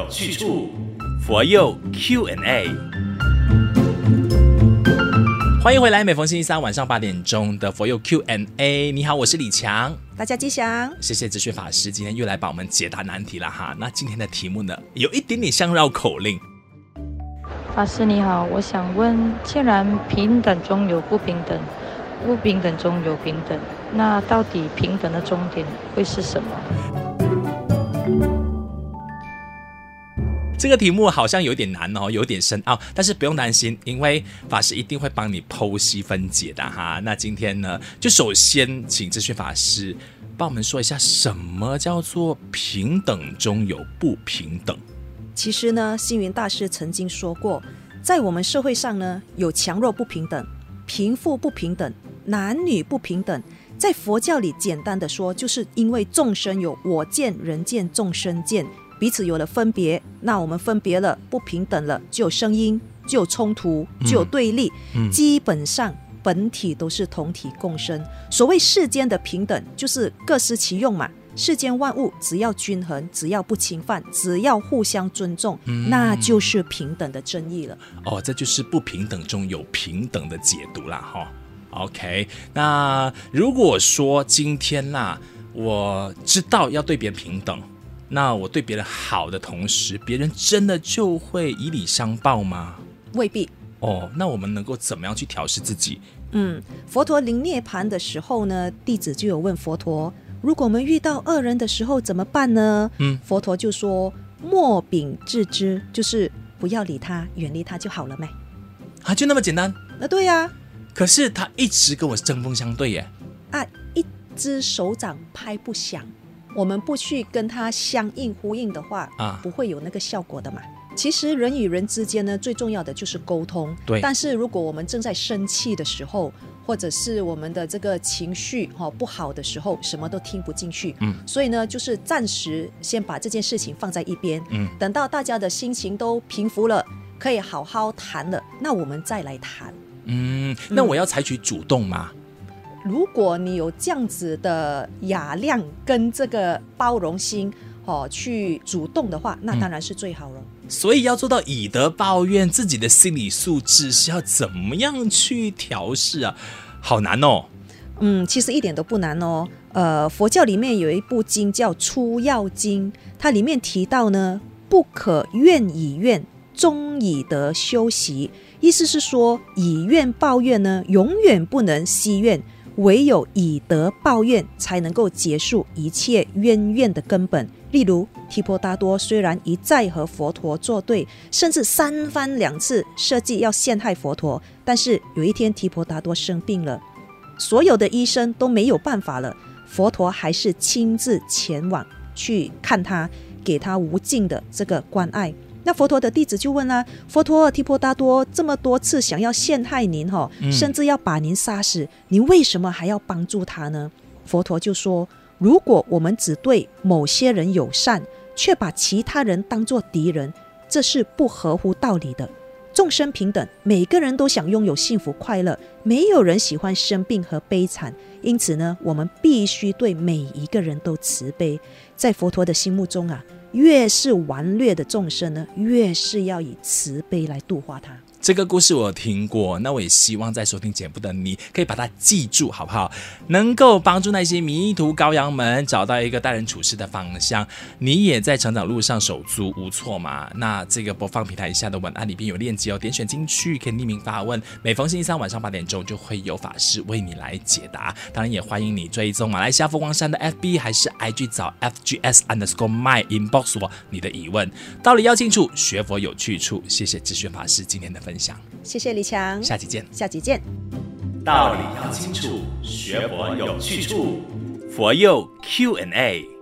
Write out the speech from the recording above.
有去处，佛佑 Q&A。欢迎回来，每逢星期三晚上8点钟的佛佑 Q&A。 你好，我是李强， 大家吉祥。 谢谢哲学法师今天又来帮我们解答难题了哈。那今天的题目呢，有一点点像绕口令。 法师你好，我想问，既然平等中有不平等，不平等中有平等，那到底平等的终点会是什么？ 这个题目好像有点难哦，有点深奥，但是不用担心，因为法师一定会帮你剖析分解的哈。那今天呢，就首先请哲学法师帮我们说一下，什么叫做平等中有不平等？ 其实呢，星云大师曾经说过，在我们社会上呢，有强弱不平等，贫富不平等，男女不平等。在佛教里简单的说，就是因为众生有我见、人见、众生见，彼此有了分别，那我们分别了，不平等了，就有声音，就有冲突，就有对立。基本上本体都是同体共生。所谓世间的平等，就是各司其用嘛。世间万物只要均衡，只要不侵犯，只要互相尊重，那就是平等的真义了。 哦，这就是不平等中有平等的解读啦哈。OK， 那如果说今天啦，我知道要对别人平等，那我对别人好的同时，别人真的就会以礼相报吗？ 未必。 哦，那我们能够怎么样去调试自己？ 佛陀临涅槃的时候呢，弟子就有问佛陀，如果我们遇到恶人的时候怎么办呢？佛陀就说莫秉致之，就是不要理他，远离他就好了没？ 啊，就那么简单？ 对呀。可是他一直跟我针锋相对耶。 一只手掌拍不响，我们不去跟他相应呼应的话，不会有那个效果的嘛。其实人与人之间呢，最重要的就是沟通。 对。 但是如果我们正在生气的时候，或者是我们的这个情绪不好的时候，什么都听不进去。所以呢，就是暂时先把这件事情放在一边。等到大家的心情都平复了，可以好好谈了，那我们再来谈。 那我要采取主动吗？ 如果你有这样子的雅量跟这个包容心去主动的话，那当然是最好了。 所以要做到以德报怨，自己的心理素质是要怎么样去调试啊？好难哦。 其实一点都不难哦。佛教里面有一部经叫《出要经》，它里面提到呢，不可怨以怨，终以德修习。意思是说，以怨报怨呢，永远不能息怨，唯有以德报怨，才能够结束一切冤怨的根本。例如提婆达多虽然一再和佛陀作对，甚至3番2次设计要陷害佛陀，但是有一天提婆达多生病了，所有的医生都没有办法了，佛陀还是亲自前往去看他，给他无尽的这个关爱。那佛陀的弟子就问啦，佛陀，提婆达多这么多次想要陷害您甚至要把您杀死，您为什么还要帮助他呢？佛陀就说，如果我们只对某些人友善，却把其他人当作敌人，这是不合乎道理的。众生平等，每个人都想拥有幸福快乐，没有人喜欢生病和悲惨，因此呢，我们必须对每一个人都慈悲。在佛陀的心目中越是顽劣的众生呢，越是要以慈悲来度化他。 这个故事我有听过，那我也希望在收听节目的你可以把它记住，好不好？能够帮助那些迷途羔羊们找到一个待人处事的方向。你也在成长路上手足无措嘛？那这个播放平台以下的文案里边有链接哦，点选进去可以匿名发问，每逢星期三晚上8点钟就会有法师为你来解答。当然也欢迎你追踪马来西亚佛光山的 FB 还是 IG 找 FGS_my inbox 我你的疑问。道理要清楚，学佛有去处。谢谢智炫法师今天的分享。 谢谢李强， 下期见。 下期见。 道理要清楚，学佛有去处。佛佑 Q&A。